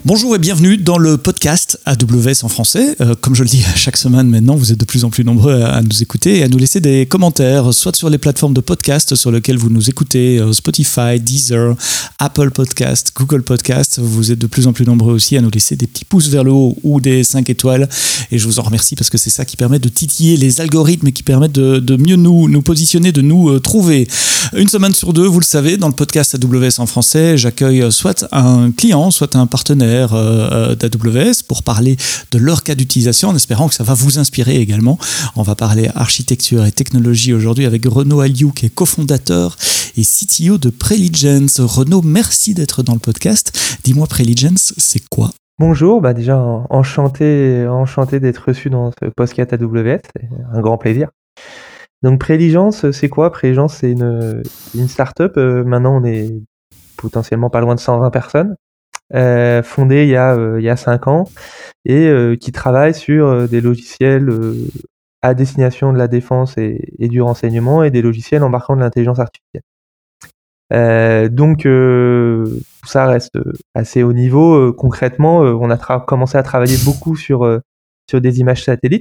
Bonjour et bienvenue dans le podcast AWS en français. Comme je le dis chaque semaine maintenant, vous êtes de plus en plus nombreux à nous écouter et à nous laisser des commentaires, soit sur les plateformes de podcast sur lesquelles vous nous écoutez, Spotify, Deezer, Apple Podcast, Google Podcast. Vous êtes de plus en plus nombreux aussi à nous laisser des petits pouces vers le haut ou des 5 étoiles. Et je vous en remercie parce que c'est ça qui permet de titiller les algorithmes et qui permet de mieux nous positionner, de nous trouver. Une semaine sur deux, vous le savez, dans le podcast AWS en français, j'accueille soit un client, soit un partenaire d'AWS pour parler de leur cas d'utilisation en espérant que ça va vous inspirer également. On va parler architecture et technologie aujourd'hui avec Renaud Alliou qui est cofondateur et CTO de Preligence. Renaud, merci d'être dans le podcast. Dis-moi, Preligence, c'est quoi ? Bonjour, déjà enchanté d'être reçu dans ce podcast AWS, c'est un grand plaisir. Donc Preligence, c'est quoi ? Preligence, c'est une start-up, maintenant on est potentiellement pas loin de 120 personnes, fondée il y a 5 ans et qui travaille sur des logiciels à destination de la défense et du renseignement et des logiciels embarquant de l'intelligence artificielle. Donc tout ça reste assez haut niveau. Concrètement, on a commencé à travailler beaucoup sur des images satellites,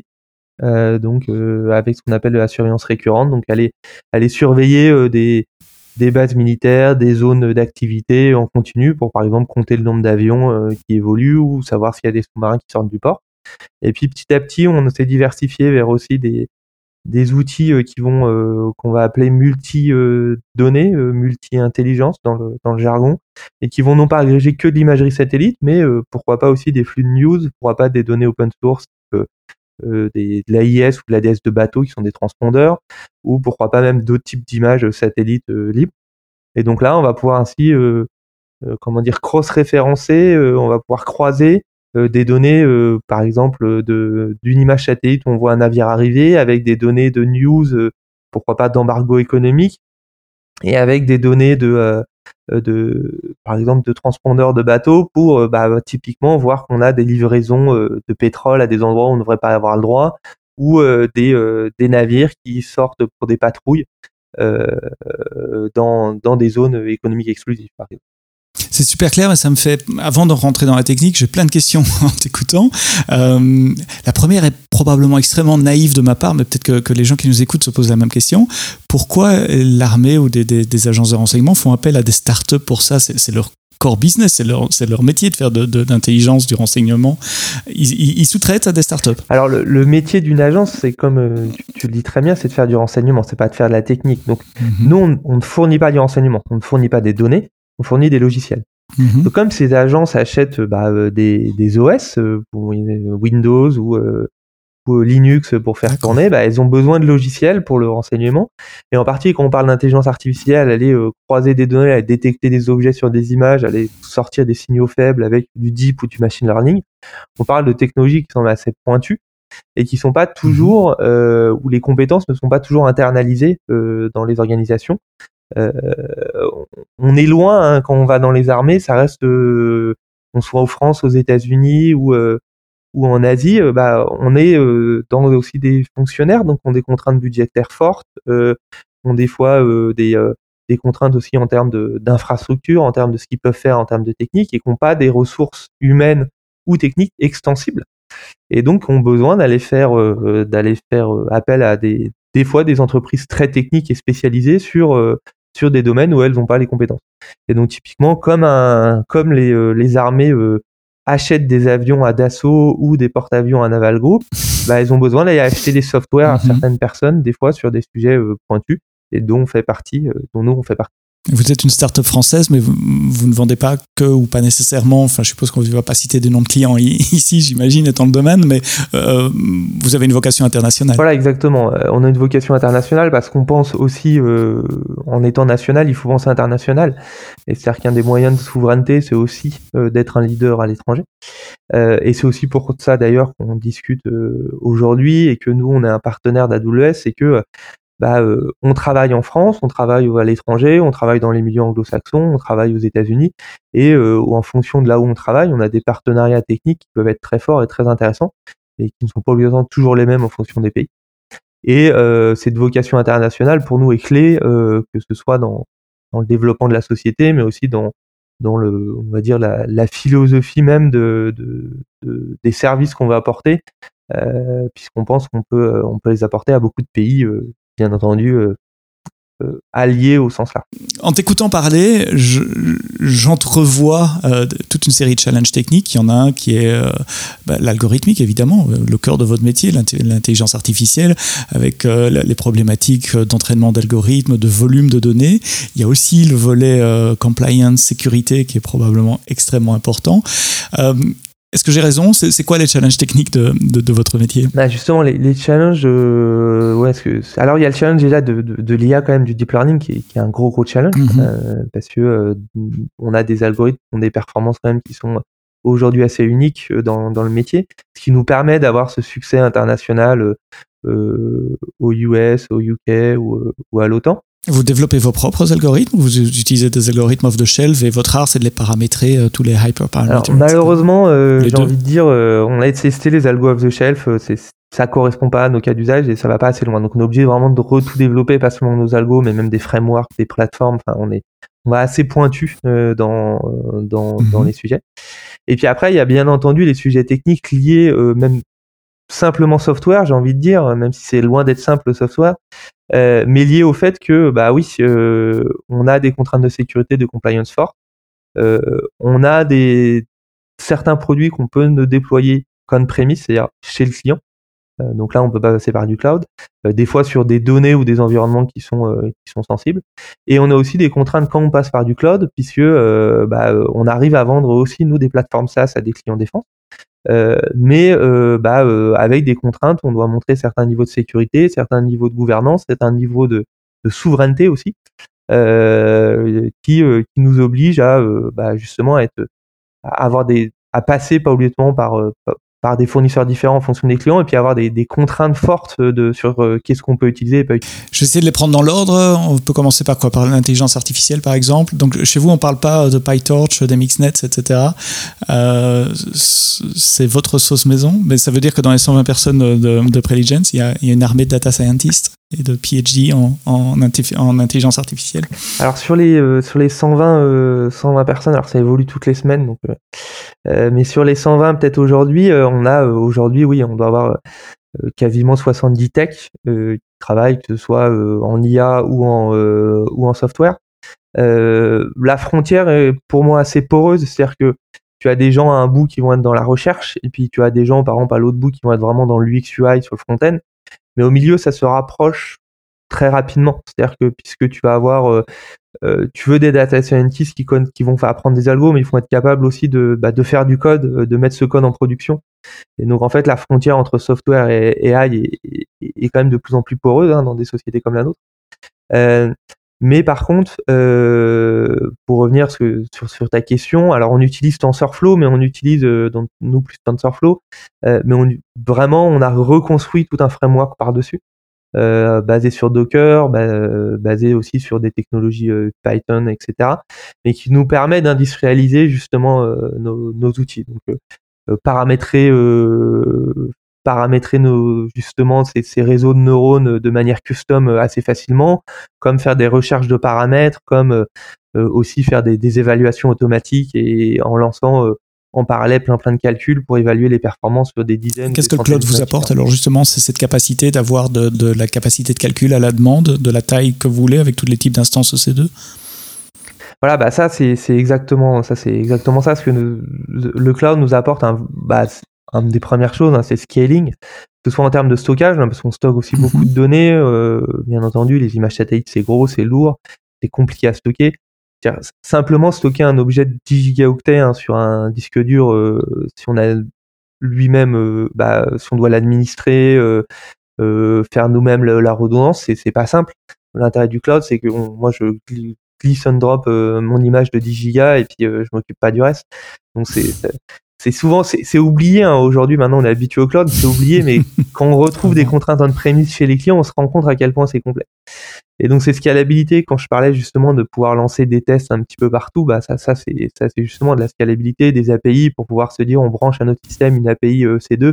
avec ce qu'on appelle de la surveillance récurrente, donc aller surveiller des bases militaires, des zones d'activité en continu pour par exemple compter le nombre d'avions qui évoluent ou savoir s'il y a des sous-marins qui sortent du port. Et puis petit à petit, on s'est diversifié vers aussi des outils qu'on va appeler multi-données, multi-intelligence dans le jargon, et qui vont non pas agréger que de l'imagerie satellite, mais pourquoi pas aussi des flux de news, pourquoi pas des données open source, de l'AIS ou de l'ADS de bateaux qui sont des transpondeurs, ou pourquoi pas même d'autres types d'images satellites libres. Et donc là, on va pouvoir ainsi cross-référencer, on va pouvoir croiser des données, par exemple, d'une image satellite où on voit un navire arriver, avec des données de news, pourquoi pas d'embargo économique, et avec des données par exemple, de transpondeurs de bateaux pour typiquement voir qu'on a des livraisons de pétrole à des endroits où on ne devrait pas avoir le droit, ou des navires qui sortent pour des patrouilles dans des zones économiques exclusives, par exemple. C'est super clair, mais ça me fait, avant de rentrer dans la technique, j'ai plein de questions en t'écoutant. La première est probablement extrêmement naïve de ma part, mais peut-être que les gens qui nous écoutent se posent la même question. Pourquoi l'armée ou des agences de renseignement font appel à des startups pour ça ? C'est leur core business, c'est leur métier de faire d'intelligence, du renseignement. Ils sous-traitent à des startups. Alors le métier d'une agence, c'est comme tu le dis très bien, c'est de faire du renseignement, c'est pas de faire de la technique. Donc nous, on ne fournit pas du renseignement, on ne fournit pas des données, on fournit des logiciels. Donc comme ces agences achètent des OS pour Windows ou Linux pour faire tourner, elles ont besoin de logiciels pour le renseignement. Et en particulier quand on parle d'intelligence artificielle, aller croiser des données, aller détecter des objets sur des images, aller sortir des signaux faibles avec du deep ou du machine learning, on parle de technologies qui sont assez pointues et qui sont pas toujours où les compétences ne sont pas toujours internalisées dans les organisations. On est loin quand on va dans les armées, ça reste qu'on soit en France, aux États-Unis ou en Asie, on est dans aussi des fonctionnaires, donc ont des contraintes budgétaires fortes, ont des fois des contraintes aussi en termes d'infrastructures, en termes de ce qu'ils peuvent faire en termes de technique, et qui n'ont pas des ressources humaines ou techniques extensibles, et donc ont besoin d'aller faire appel à des fois des entreprises très techniques et spécialisées sur des domaines où elles n'ont pas les compétences. Et donc typiquement, comme les armées achètent des avions à Dassault ou des porte-avions à Naval Group, elles ont besoin d'aller acheter des softwares à certaines personnes, des fois sur des sujets pointus, et dont nous on fait partie. Vous êtes une start-up française, mais vous ne vendez pas que ou pas nécessairement. Enfin, je suppose qu'on ne va pas citer des noms de clients ici, j'imagine, étant le domaine, mais vous avez une vocation internationale. Voilà, exactement. On a une vocation internationale parce qu'on pense aussi, en étant national, il faut penser international. Et c'est-à-dire qu'un des moyens de souveraineté, c'est aussi d'être un leader à l'étranger. Et c'est aussi pour ça, d'ailleurs, qu'on discute aujourd'hui et que nous, on est un partenaire d'AWS, c'est que on travaille en France, on travaille à l'étranger, on travaille dans les milieux anglo-saxons, on travaille aux États-Unis, et en fonction de là où on travaille, on a des partenariats techniques qui peuvent être très forts et très intéressants, et qui ne sont pas obligatoirement toujours les mêmes en fonction des pays. Et cette vocation internationale, pour nous, est clé, que ce soit dans le développement de la société, mais aussi dans on va dire la philosophie même des services qu'on va apporter, puisqu'on pense qu'on peut les apporter à beaucoup de pays, bien entendu, alliés au sens large. En t'écoutant parler, j'entrevois toute une série de challenges techniques. Il y en a un qui est l'algorithmique, évidemment, le cœur de votre métier, l'intelligence artificielle, avec les problématiques d'entraînement d'algorithmes, de volume de données. Il y a aussi le volet compliance, sécurité, qui est probablement extrêmement important. Est-ce que j'ai raison ? C'est quoi les challenges techniques de votre métier ? Justement, les challenges, alors il y a le challenge déjà de l'IA quand même, du deep learning, qui est un gros challenge, parce que on a des algorithmes qui ont des performances quand même qui sont aujourd'hui assez uniques dans le métier, ce qui nous permet d'avoir ce succès international aux US, au UK ou à l'OTAN. Vous développez vos propres algorithmes ou vous utilisez des algorithmes off-the-shelf et votre art, c'est de les paramétrer, tous les hyperparameters? Alors, malheureusement, j'ai envie de dire, on a testé les algos off-the-shelf, ça correspond pas à nos cas d'usage et ça va pas assez loin. Donc, on est obligé vraiment de tout développer, pas seulement nos algos, mais même des frameworks, des plateformes. Enfin, on va assez pointu dans les sujets. Et puis après, il y a bien entendu les sujets techniques liés, même simplement software, j'ai envie de dire, même si c'est loin d'être simple le software, mais lié au fait que on a des contraintes de sécurité, de compliance fortes, on a certains produits qu'on peut ne déployer qu'on-premise, c'est-à-dire chez le client. Donc là, on peut pas passer par du cloud. Des fois sur des données ou des environnements qui sont sensibles. Et on a aussi des contraintes quand on passe par du cloud, puisque on arrive à vendre aussi nous des plateformes SaaS à des clients défense. Avec des contraintes, on doit montrer certains niveaux de sécurité, certains niveaux de gouvernance, certains niveaux de souveraineté aussi, qui nous obligent à justement à passer pas obligatoirement par des fournisseurs différents en fonction des clients et puis avoir des contraintes fortes sur qu'est-ce qu'on peut utiliser et pas utiliser. Je vais essayer de les prendre dans l'ordre. On peut commencer par quoi ? Par l'intelligence artificielle, par exemple. Donc, chez vous, on ne parle pas de PyTorch, d'MXNet, etc. C'est votre sauce maison, mais ça veut dire que dans les 120 personnes de Preligence, il y a une armée de data scientists et de PhD en intelligence artificielle. Alors sur les 120 personnes, alors ça évolue toutes les semaines, donc mais sur les 120 peut-être aujourd'hui, on doit avoir quasiment 70 techs qui travaillent, que ce soit en IA ou en software. La frontière est pour moi assez poreuse, c'est-à-dire que tu as des gens à un bout qui vont être dans la recherche, et puis tu as des gens par exemple à l'autre bout qui vont être vraiment dans l'UX UI sur le front-end. Mais au milieu, ça se rapproche très rapidement. C'est-à-dire que puisque tu vas avoir, tu veux des data scientists qui vont faire apprendre des algos, mais ils vont être capables aussi de faire du code, de mettre ce code en production. Et donc en fait, la frontière entre software et AI est quand même de plus en plus poreuse dans des sociétés comme la nôtre. Mais par contre, pour revenir sur ta question, alors on utilise TensorFlow, mais on utilise donc nous plus TensorFlow, mais on a reconstruit tout un framework par-dessus, basé sur Docker, basé aussi sur des technologies Python, etc., mais qui nous permet d'industrialiser justement nos outils. Donc paramétrer justement ces réseaux de neurones de manière custom assez facilement, comme faire des recherches de paramètres, comme aussi faire des évaluations automatiques et en lançant en parallèle plein de calculs pour évaluer les performances sur des dizaines. Qu'est-ce que le cloud vous apporte ? Alors justement, c'est cette capacité d'avoir de la capacité de calcul à la demande, de la taille que vous voulez avec tous les types d'instances EC2 ? Voilà, ça c'est exactement ça, ce que le cloud nous apporte. Une des premières choses, c'est scaling, que ce soit en termes de stockage, parce qu'on stocke aussi beaucoup de données. Bien entendu, les images satellites, c'est gros, c'est lourd, c'est compliqué à stocker. Simplement stocker un objet de 10 gigaoctets sur un disque dur, si on a lui-même, si on doit l'administrer, faire nous-mêmes la redondance, c'est pas simple. L'intérêt du cloud, c'est que moi je glisse and drop mon image de 10 gigas et puis je m'occupe pas du reste. Donc c'est souvent c'est oublié aujourd'hui. Maintenant on est habitué au cloud, c'est oublié, mais quand on retrouve des contraintes on-premise chez les clients, on se rend compte à quel point c'est complexe. Et donc c'est scalabilité. Quand je parlais justement de pouvoir lancer des tests un petit peu partout, ça c'est justement de la scalabilité, des API pour pouvoir se dire on branche à notre système une API C2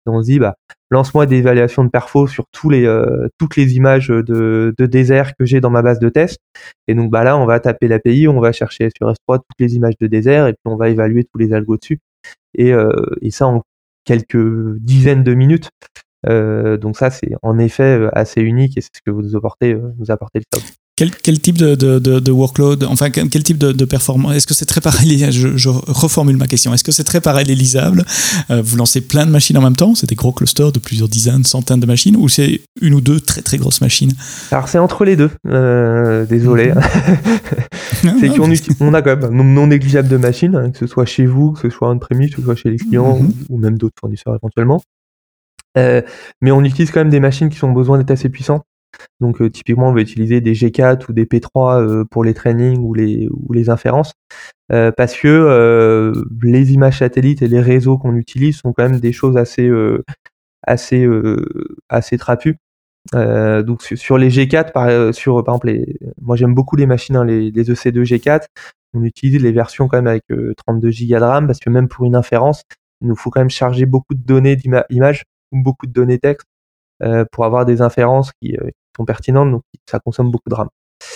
On se dit, lance-moi des évaluations de perfo sur toutes les images de désert que j'ai dans ma base de test. Et donc, là, on va taper l'API, on va chercher sur S3 toutes les images de désert et puis on va évaluer tous les algos dessus. Et ça en quelques dizaines de minutes. Donc ça, c'est en effet assez unique et c'est ce que vous nous apportez le cloud. Quel type de workload, enfin quel type de performance? Est-ce que c'est très parallélisable? Je reformule ma question. Est-ce que c'est très parallélisable? Vous lancez plein de machines en même temps? C'est des gros clusters de plusieurs dizaines, centaines de machines, ou c'est une ou deux très très grosses machines? Alors c'est entre les deux. Désolé. C'est qu'on a quand même un nombre non négligeable de machines, que ce soit chez vous, que ce soit on-premise, que ce soit chez les clients ou même d'autres fournisseurs éventuellement. Mais on utilise quand même des machines qui ont besoin d'être assez puissantes. Donc typiquement, on va utiliser des G4 ou des P3 pour les trainings ou les inférences, parce que les images satellites et les réseaux qu'on utilise sont quand même des choses assez trapues. Donc sur les G4, par exemple, moi j'aime beaucoup les machines, les EC2 G4. On utilise les versions quand même avec 32 Go de RAM, parce que même pour une inférence, il nous faut quand même charger beaucoup de données d'images ou beaucoup de données texte pour avoir des inférences qui sont pertinentes, donc ça consomme beaucoup de RAM.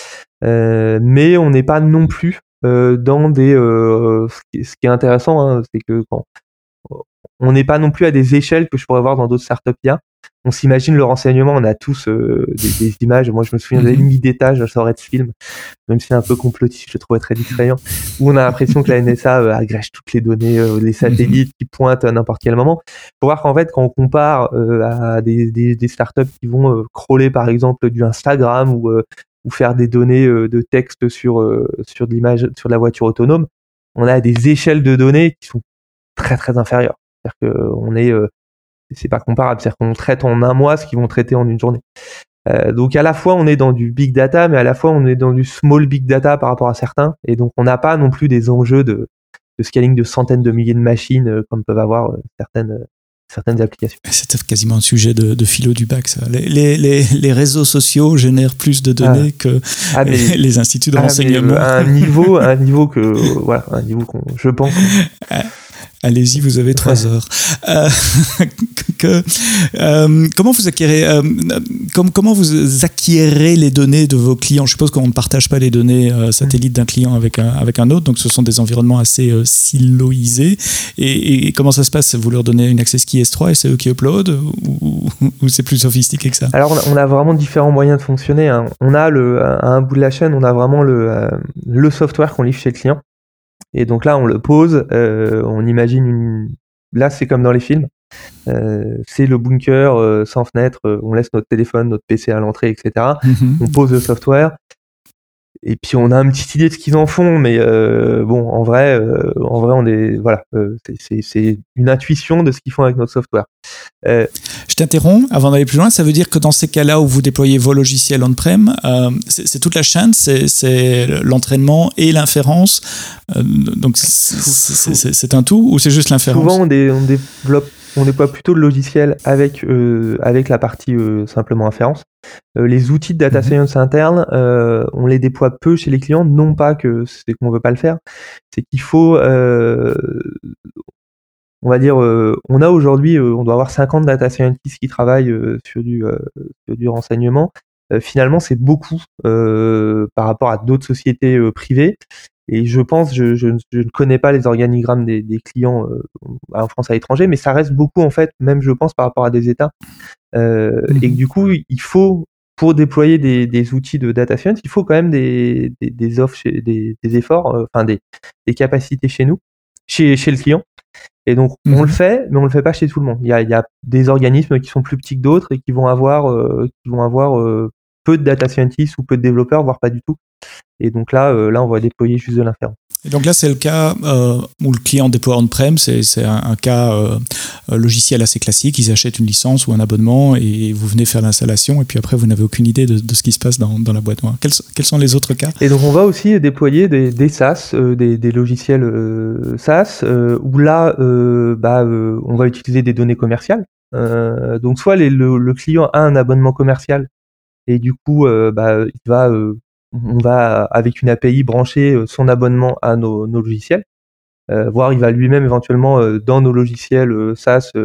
Mais on n'est pas non plus dans des... ce qui est intéressant, c'est que on n'est pas non plus à des échelles que je pourrais voir dans d'autres startups IA. On s'imagine le renseignement, on a tous des images. Moi, je me souviens de la limite d'étage sur Red Film, même si c'est un peu complotiste, je le trouvais très distrayant, où on a l'impression que la NSA agrège toutes les données, les satellites qui pointent à n'importe quel moment. Faut voir qu'en fait, quand on compare à des startups qui vont crawler, par exemple, du Instagram ou faire des données de texte sur de l'image, sur de la voiture autonome, on a des échelles de données qui sont très très inférieures. C'est-à-dire qu'on est c'est pas comparable, c'est-à-dire qu'on traite en un mois ce qu'ils vont traiter en une journée. Donc à la fois on est dans du big data, mais à la fois on est dans du small big data par rapport à certains, et donc on n'a pas non plus des enjeux de scaling de centaines de milliers de machines comme peuvent avoir certaines applications. C'était quasiment un sujet de philo du bac, ça. Les réseaux sociaux génèrent plus de données que les instituts de renseignement. À un niveau que je pense. Allez-y, vous avez 3 heures. Comment vous acquérez les données de vos clients? Je suppose qu'on ne partage pas les données satellites d'un client avec un autre, donc ce sont des environnements assez siloisés. Et comment ça se passe? Vous leur donnez une access key S3 et c'est eux qui upload, ou c'est plus sophistiqué que ça? Alors on a vraiment différents moyens de fonctionner. On a à un bout de la chaîne, on a vraiment le software qu'on livre chez le client. Et donc là, on le pose, on imagine Là, c'est comme dans les films. C'est le bunker sans fenêtre, on laisse notre téléphone, notre PC à l'entrée, etc. On pose le software. Et puis on a une petite idée de ce qu'ils en font, mais bon, en vrai, on est c'est une intuition de ce qu'ils font avec notre software. Je t'interromps avant d'aller plus loin. Ça veut dire que dans ces cas-là où vous déployez vos logiciels on-prem, c'est toute la chaîne, c'est l'entraînement et l'inférence. Donc c'est un tout, ou c'est juste l'inférence? Souvent on déploie plutôt le logiciel avec la partie simplement inférence. Les outils de data science interne, on les déploie peu chez les clients, non pas que c'est qu'on veut pas le faire, c'est qu'il faut, on va dire, on a aujourd'hui, on doit avoir 50 data scientists qui travaillent sur du renseignement. Finalement, c'est beaucoup par rapport à d'autres sociétés privées. Et je pense, je ne connais pas les organigrammes des clients en France à l'étranger, mais ça reste beaucoup en fait, même je pense par rapport à des États. Et du coup, il faut, pour déployer des outils de data science, il faut quand même des offres, des efforts, des capacités chez nous, chez le client. Et donc on le fait, mais on le fait pas chez tout le monde. Il y a des organismes qui sont plus petits que d'autres et qui vont avoir peu de data scientists ou peu de développeurs, voire pas du tout. Et donc là, on va déployer juste de l'inférence. Et donc là, c'est le cas où le client déploie on-prem, c'est un cas logiciel assez classique. Ils achètent une licence ou un abonnement et vous venez faire l'installation, et puis après, vous n'avez aucune idée de ce qui se passe dans la boîte noire. Quels sont les autres cas? Et donc, on va aussi déployer des SaaS, des logiciels SaaS, où là, on va utiliser des données commerciales. Donc, soit le client a un abonnement commercial, et du coup, on va, avec une API, brancher son abonnement à nos logiciels. Voire il va lui-même éventuellement dans nos logiciels SaaS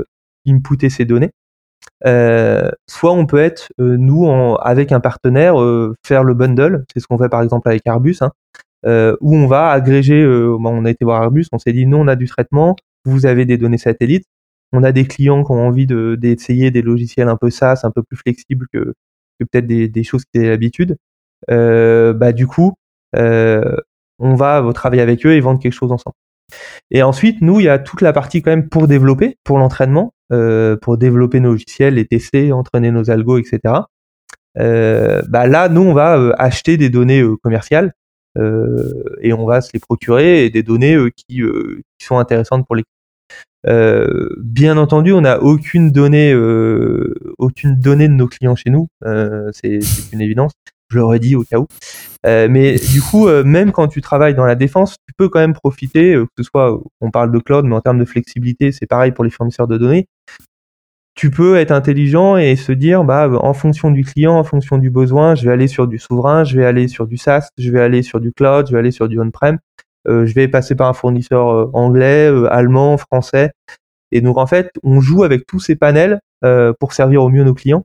inputer ces données. Soit on peut être nous avec un partenaire faire le bundle, c'est ce qu'on fait par exemple avec Airbus, hein, où on va agréger. On a été voir Airbus, on s'est dit nous on a du traitement, vous avez des données satellites, on a des clients qui ont envie d'essayer des logiciels un peu SaaS, un peu plus flexibles que peut-être des choses qui étaient l'habitude. Du coup, on va travailler avec eux et vendre quelque chose ensemble. Et ensuite, nous, il y a toute la partie quand même pour développer, pour l'entraînement, pour développer nos logiciels, les tester, entraîner nos algos, etc. Là, nous, on va acheter des données commerciales et on va se les procurer, et des données qui sont intéressantes pour les. Bien entendu, on n'a aucune donnée de nos clients chez nous. C'est une évidence. Je le redis au cas où. Mais du coup, même quand tu travailles dans la défense, tu peux quand même profiter, que ce soit, on parle de cloud, mais en termes de flexibilité, c'est pareil pour les fournisseurs de données. Tu peux être intelligent et se dire, en fonction du client, en fonction du besoin, je vais aller sur du souverain, je vais aller sur du SaaS, je vais aller sur du cloud, je vais aller sur du on-prem, je vais passer par un fournisseur anglais, allemand, français. Et donc, en fait, on joue avec tous ces panels pour servir au mieux nos clients.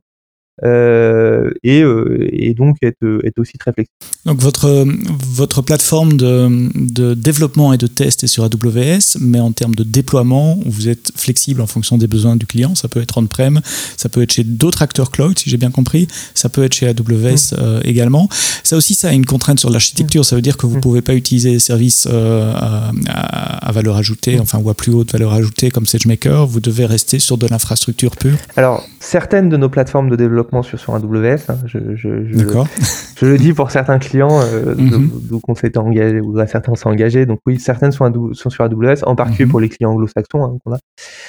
Et donc être aussi très flexible. Donc votre plateforme de développement et de test est sur AWS, mais en termes de déploiement, vous êtes flexible en fonction des besoins du client. Ça peut être on-prem, ça peut être chez d'autres acteurs cloud, si j'ai bien compris. Ça peut être chez AWS également. Ça aussi, ça a une contrainte sur l'architecture. Ça veut dire que vous ne pouvez pas utiliser des services à valeur ajoutée, enfin, ou à plus haute valeur ajoutée comme SageMaker. Vous devez rester sur de l'infrastructure pure. Alors, certaines de nos plateformes de développement sur AWS, hein, je le dis pour certains clients, donc on s'était engagé, ou certains sont engagés, donc oui, certaines sont sur AWS, en particulier pour les clients anglo-saxons hein, qu'on a.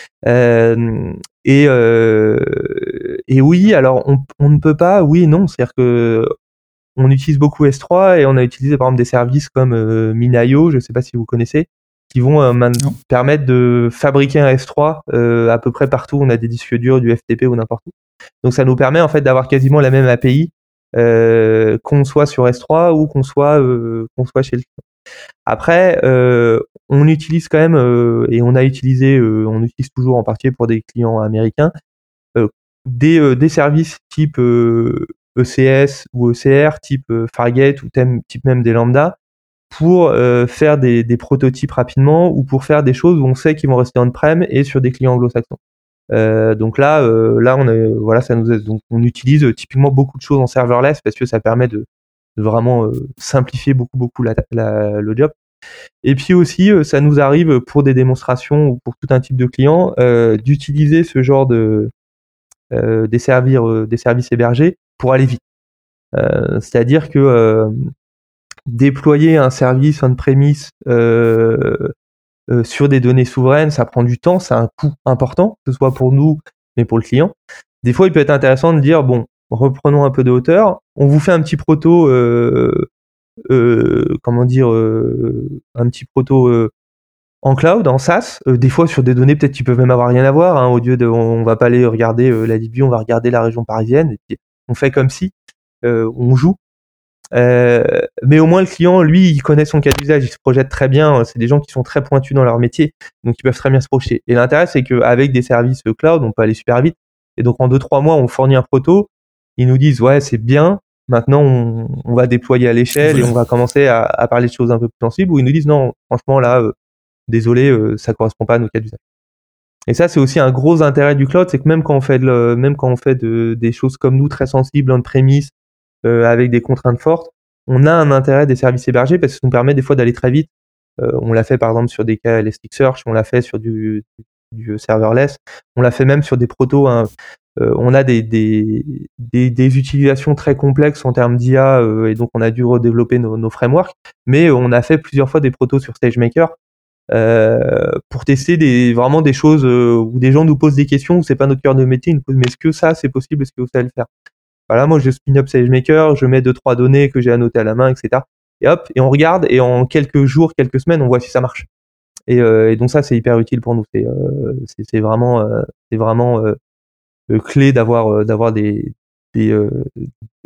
Et oui, alors on ne peut pas, oui et non, c'est-à-dire que on utilise beaucoup S3 et on a utilisé par exemple des services comme Minayo, je ne sais pas si vous connaissez, qui vont permettre de fabriquer un S3 à peu près partout où on a des disques durs, du FTP ou n'importe où. Donc ça nous permet en fait d'avoir quasiment la même API qu'on soit sur S3 ou qu'on soit chez le client. Après, on utilise quand même et on utilise toujours en particulier pour des clients américains des services type ECS ou ECR, type Fargate ou type même des Lambda pour faire des prototypes rapidement ou pour faire des choses où on sait qu'ils vont rester on-prem et sur des clients anglo-saxons. Donc là ça nous aide. Donc on utilise typiquement beaucoup de choses en serverless parce que ça permet de vraiment simplifier beaucoup le job. Et puis aussi ça nous arrive pour des démonstrations ou pour tout un type de clients d'utiliser ce genre des services hébergés pour aller vite. C'est-à-dire que déployer un service on-premise sur des données souveraines, ça prend du temps, ça a un coût important, que ce soit pour nous, mais pour le client. Des fois, il peut être intéressant de dire, bon, reprenons un peu de hauteur, on vous fait un petit proto, un petit proto en cloud, en SaaS, des fois sur des données peut-être qui peuvent même avoir rien à voir, hein, au lieu de, on va pas aller regarder la Libye, on va regarder la région parisienne, et puis on fait comme si, on joue. Mais au moins le client, lui, il connaît son cas d'usage, il se projette très bien. C'est des gens qui sont très pointus dans leur métier, donc ils peuvent très bien se projeter. Et l'intérêt, c'est qu'avec des services cloud, on peut aller super vite. Et donc en 2-3 mois, on fournit un proto. Ils nous disent ouais, c'est bien. Maintenant, on va déployer à l'échelle et on va commencer à parler de choses un peu plus sensibles. Ou ils nous disent non, franchement là, désolé, ça correspond pas à nos cas d'usage. Et ça, c'est aussi un gros intérêt du cloud, c'est que même quand on fait des choses comme nous très sensibles on-premise, avec des contraintes fortes, on a un intérêt des services hébergés parce que ça nous permet des fois d'aller très vite. On l'a fait par exemple sur des cas Elasticsearch, on l'a fait sur du serverless, on l'a fait même sur des protos. Hein. On a des utilisations très complexes en termes d'IA et donc on a dû redévelopper nos frameworks, mais on a fait plusieurs fois des protos sur SageMaker pour tester vraiment des choses où des gens nous posent des questions où c'est pas notre cœur de métier, ils nous posent mais est-ce que ça c'est possible, est-ce que vous savez le faire? Voilà, moi je spin up SageMaker, je mets 2-3 données que j'ai annotées à la main, etc. Et hop, et on regarde, et en quelques jours, quelques semaines, on voit si ça marche. Et donc ça, c'est hyper utile pour nous. C'est vraiment clé d'avoir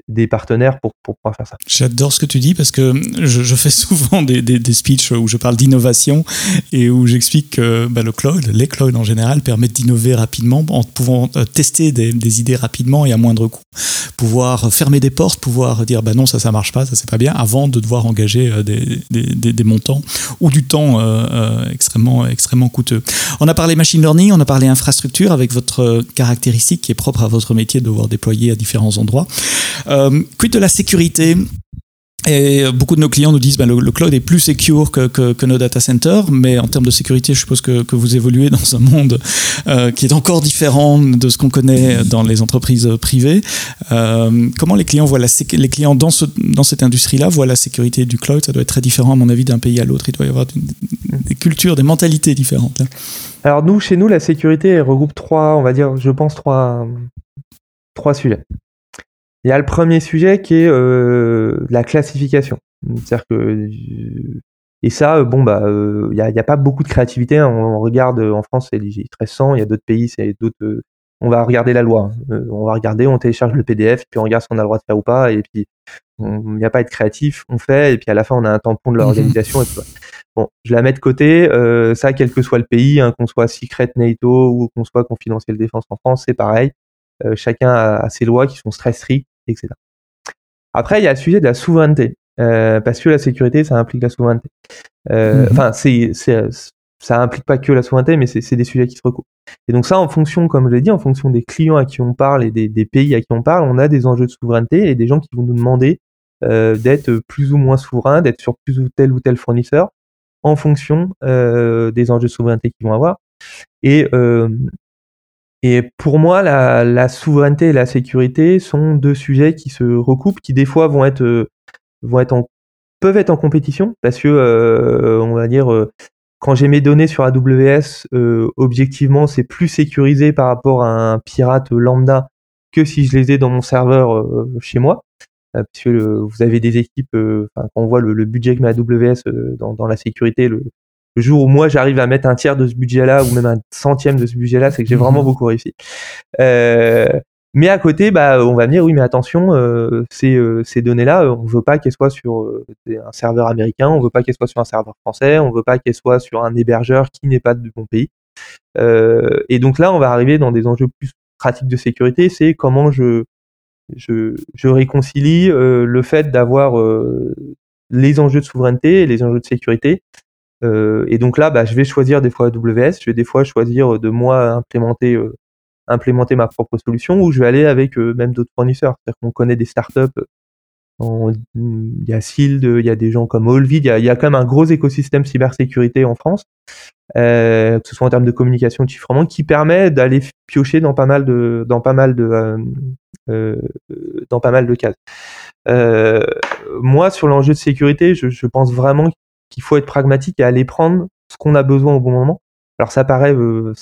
des partenaires pour pouvoir faire ça. J'adore ce que tu dis parce que je fais souvent des speeches où je parle d'innovation et où j'explique que le cloud, les clouds en général, permettent d'innover rapidement en pouvant tester des idées rapidement et à moindre coût. Pouvoir fermer des portes, pouvoir dire non, ça marche pas, ça c'est pas bien, avant de devoir engager des montants ou du temps extrêmement coûteux. On a parlé machine learning, on a parlé infrastructure avec votre caractéristique qui est propre à votre métier de devoir déployer à différents endroits. Quid de la sécurité? Et beaucoup de nos clients nous disent le cloud est plus secure que nos data centers, mais en termes de sécurité, je suppose que vous évoluez dans un monde qui est encore différent de ce qu'on connaît dans les entreprises privées. Comment les clients voient les clients dans cette industrie-là voient la sécurité du cloud? Ça doit être très différent à mon avis d'un pays à l'autre. Il doit y avoir des cultures, des mentalités différentes. Là. Alors chez nous, la sécurité elle regroupe trois sujets. Il y a le premier sujet qui est la classification. C'est-à-dire que et ça, il y a pas beaucoup de créativité. Hein. On regarde en France, c'est très récent. Il y a d'autres pays, c'est d'autres. On va regarder la loi. On va regarder, on télécharge le PDF, puis on regarde si on a le droit de faire ou pas. Et puis il n'y a pas à être créatif, on fait. Et puis à la fin, on a un tampon de l'organisation. Et tout ça. Bon, je la mets de côté. Ça, quel que soit le pays, hein, qu'on soit Secret NATO ou qu'on soit confidentiel défense en France, c'est pareil. Chacun a ses lois qui sont très strictes, etc. Après, il y a le sujet de la souveraineté, parce que la sécurité, ça implique la souveraineté. Enfin, ça implique pas que la souveraineté, mais c'est des sujets qui se recoupent. Et donc ça, en fonction, comme je l'ai dit, en fonction des clients à qui on parle et des pays à qui on parle, on a des enjeux de souveraineté et des gens qui vont nous demander d'être plus ou moins souverains, d'être sur plus ou tel fournisseur, en fonction des enjeux de souveraineté qu'ils vont avoir. Et pour moi, la souveraineté et la sécurité sont deux sujets qui se recoupent, qui des fois peuvent être en compétition, parce que on va dire quand j'ai mes données sur AWS, objectivement, c'est plus sécurisé par rapport à un pirate lambda que si je les ai dans mon serveur chez moi. Puisque vous avez des équipes, quand on voit le budget que met AWS dans la sécurité, le jour où moi j'arrive à mettre un tiers de ce budget-là ou même un centième de ce budget-là, c'est que j'ai vraiment beaucoup réussi. Mais à côté, on va me dire oui, mais attention, ces données-là, on veut pas qu'elles soient sur un serveur américain, on veut pas qu'elles soient sur un serveur français, on veut pas qu'elles soient sur un hébergeur qui n'est pas de bon pays. Et donc là, on va arriver dans des enjeux plus pratiques de sécurité. C'est comment je réconcilie le fait d'avoir les enjeux de souveraineté et les enjeux de sécurité. Et donc là, je vais choisir des fois AWS, je vais des fois choisir de moi implémenter ma propre solution, ou je vais aller avec même d'autres fournisseurs. C'est-à-dire qu'on connaît des startups, il y a Shield, il y a des gens comme Allvid, il y a quand même un gros écosystème cybersécurité en France, que ce soit en termes de communication, de chiffrement, qui permet d'aller piocher dans pas mal de cases. Moi, sur l'enjeu de sécurité, je pense vraiment qu'il faut être pragmatique et aller prendre ce qu'on a besoin au bon moment. Alors ça paraît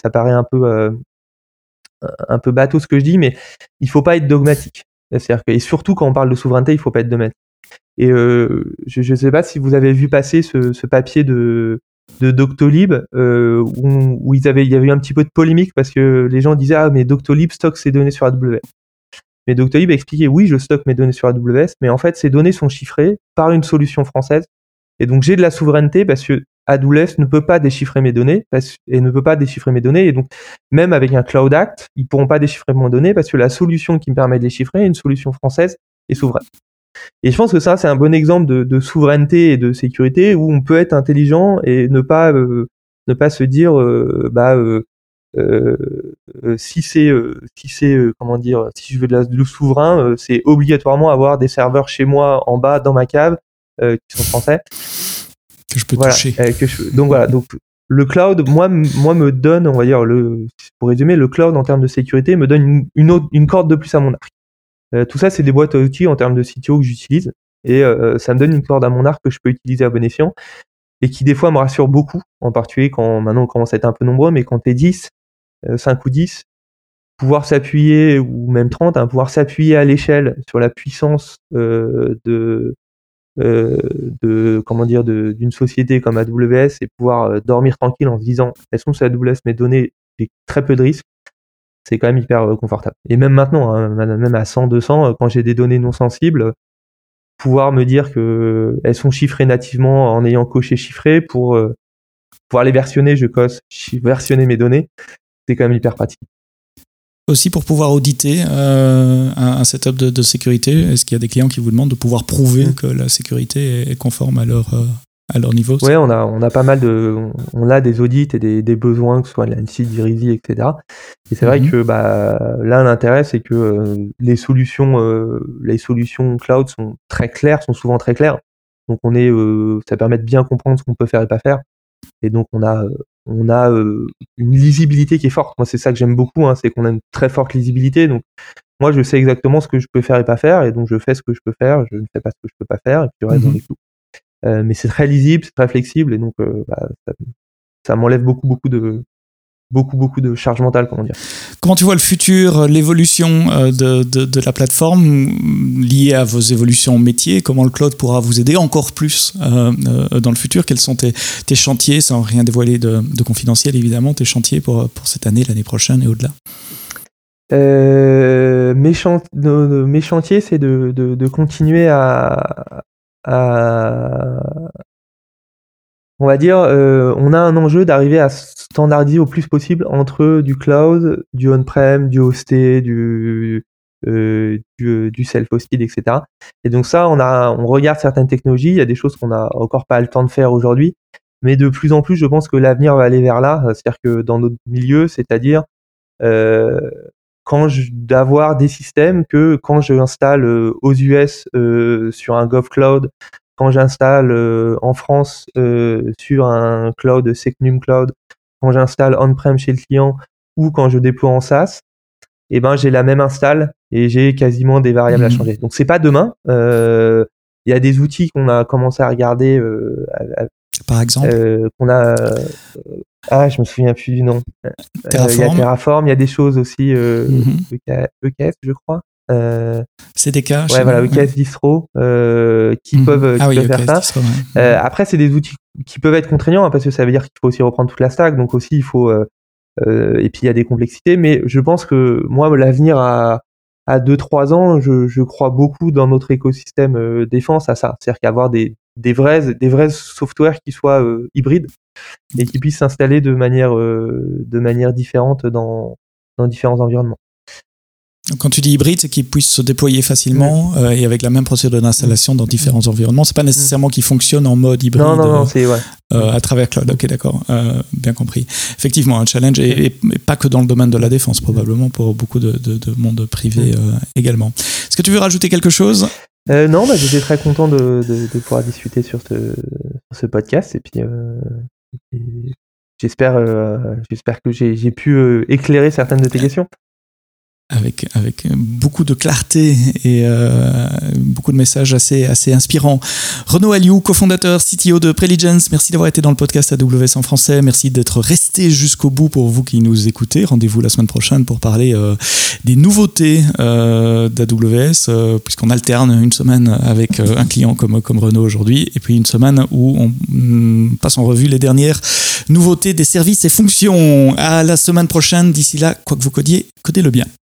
un peu bateau ce que je dis, mais il faut pas être dogmatique. C'est-à-dire et surtout quand on parle de souveraineté, il faut pas être dogmatique. Et je sais pas si vous avez vu passer ce papier de Doctolib où il y avait eu un petit peu de polémique parce que les gens disaient mais Doctolib stocke ses données sur AWS. Mais Doctolib a expliqué oui, je stocke mes données sur AWS, mais en fait ces données sont chiffrées par une solution française. Et donc j'ai de la souveraineté parce que AWS ne peut pas déchiffrer mes données et donc même avec un Cloud Act, ils pourront pas déchiffrer mes données parce que la solution qui me permet de déchiffrer est une solution française et souveraine. Et je pense que ça, c'est un bon exemple de souveraineté et de sécurité où on peut être intelligent et ne pas se dire si je veux du souverain, c'est obligatoirement avoir des serveurs chez moi en bas dans ma cave qui sont français. Que je peux toucher. Donc voilà. Donc le cloud, moi me donne, on va dire pour résumer, le cloud en termes de sécurité me donne une corde de plus à mon arc. Tout ça, c'est des boîtes à outils en termes de CTO que j'utilise et ça me donne une corde à mon arc que je peux utiliser à bon escient et qui des fois me rassure beaucoup, en particulier quand maintenant on commence à être un peu nombreux, mais quand t'es 10, 5 ou 10, pouvoir s'appuyer, ou même 30, pouvoir s'appuyer à l'échelle sur la puissance d'une société comme AWS et pouvoir dormir tranquille en se disant elles sont sur AWS mes données, j'ai très peu de risques. c'est quand même hyper confortable. Et même maintenant, hein, même à 100, 200, quand j'ai des données non sensibles, pouvoir me dire que elles sont chiffrées nativement en ayant coché chiffré pour pouvoir les versionner, versionner mes données, c'est quand même hyper pratique. Aussi pour pouvoir auditer un setup de sécurité, est-ce qu'il y a des clients qui vous demandent de pouvoir prouver que la sécurité est conforme à leur niveau? Ouais, on a pas mal on a des audits et des besoins, que ce soit de l'ANSI, d'Irizi, etc. Et c'est vrai que là, l'intérêt, c'est que les solutions cloud sont très claires, sont souvent très claires. Donc ça permet de bien comprendre ce qu'on peut faire et pas faire. Et donc on a une lisibilité qui est forte. Moi, c'est ça que j'aime beaucoup, hein, c'est qu'on a une très forte lisibilité. Donc moi, je sais exactement ce que je peux faire et pas faire, et donc je fais ce que je peux faire, je ne fais pas ce que je peux pas faire, et puis je reste dans les clous. Mais c'est très lisible, c'est très flexible, et donc ça m'enlève beaucoup de charge mentale, comment dire. Comment tu vois le futur, l'évolution de la plateforme liée à vos évolutions métiers? Comment le cloud pourra vous aider encore plus dans le futur? Quels sont tes chantiers, sans rien dévoiler de confidentiel évidemment, tes chantiers pour cette année, l'année prochaine et au-delà? Mes chantiers, c'est de continuer à on va dire, on a un enjeu d'arriver à standardiser au plus possible entre du cloud, du on-prem, du hosté, du self-hosted, etc. Et donc ça, on regarde certaines technologies, il y a des choses qu'on n'a encore pas le temps de faire aujourd'hui, mais de plus en plus, je pense que l'avenir va aller vers là. C'est-à-dire que dans notre milieu, c'est-à-dire d'avoir des systèmes que quand je installe aux US sur un GovCloud, quand j'installe en France sur un cloud Secnum Cloud, quand j'installe on-prem chez le client ou quand je déploie en SaaS, et ben j'ai la même install et j'ai quasiment des variables à changer. Donc c'est pas demain. Il y a des outils qu'on a commencé à regarder. Par exemple, je me souviens plus du nom. Il y a Terraform, il y a des choses aussi EKS, je crois. CDK. Ouais, voilà, EKS Distro qui peuvent faire ça. Distro, ouais. Après, c'est des outils qui peuvent être contraignants, hein, parce que ça veut dire qu'il faut aussi reprendre toute la stack, donc aussi il faut et puis il y a des complexités, mais je pense que moi, l'avenir à 2-3 ans, je crois beaucoup dans notre écosystème défense à ça. C'est-à-dire qu'avoir des vrais softwares qui soient hybrides et qui puissent s'installer de manière différente dans différents environnements. Quand tu dis hybride, c'est qu'ils puissent se déployer facilement et avec la même procédure d'installation dans différents environnements. C'est pas nécessairement qu'ils fonctionnent en mode hybride. Non, c'est à travers cloud. Ok, d'accord, bien compris. Effectivement, un challenge et pas que dans le domaine de la défense, probablement pour beaucoup de monde privé également. Est-ce que tu veux rajouter quelque chose? Non, j'étais très content de pouvoir discuter sur ce podcast et puis j'espère que j'ai pu éclairer certaines de tes questions. Avec beaucoup de clarté et beaucoup de messages assez inspirants. Renaud Alliou, cofondateur, CTO de Preligence, merci d'avoir été dans le podcast AWS en français. Merci d'être resté jusqu'au bout pour vous qui nous écoutez. Rendez-vous la semaine prochaine pour parler des nouveautés d'AWS, puisqu'on alterne une semaine avec un client comme Renaud aujourd'hui, et puis une semaine où on passe en revue les dernières nouveautés des services et fonctions. À la semaine prochaine. D'ici là, quoi que vous codiez, codez-le bien.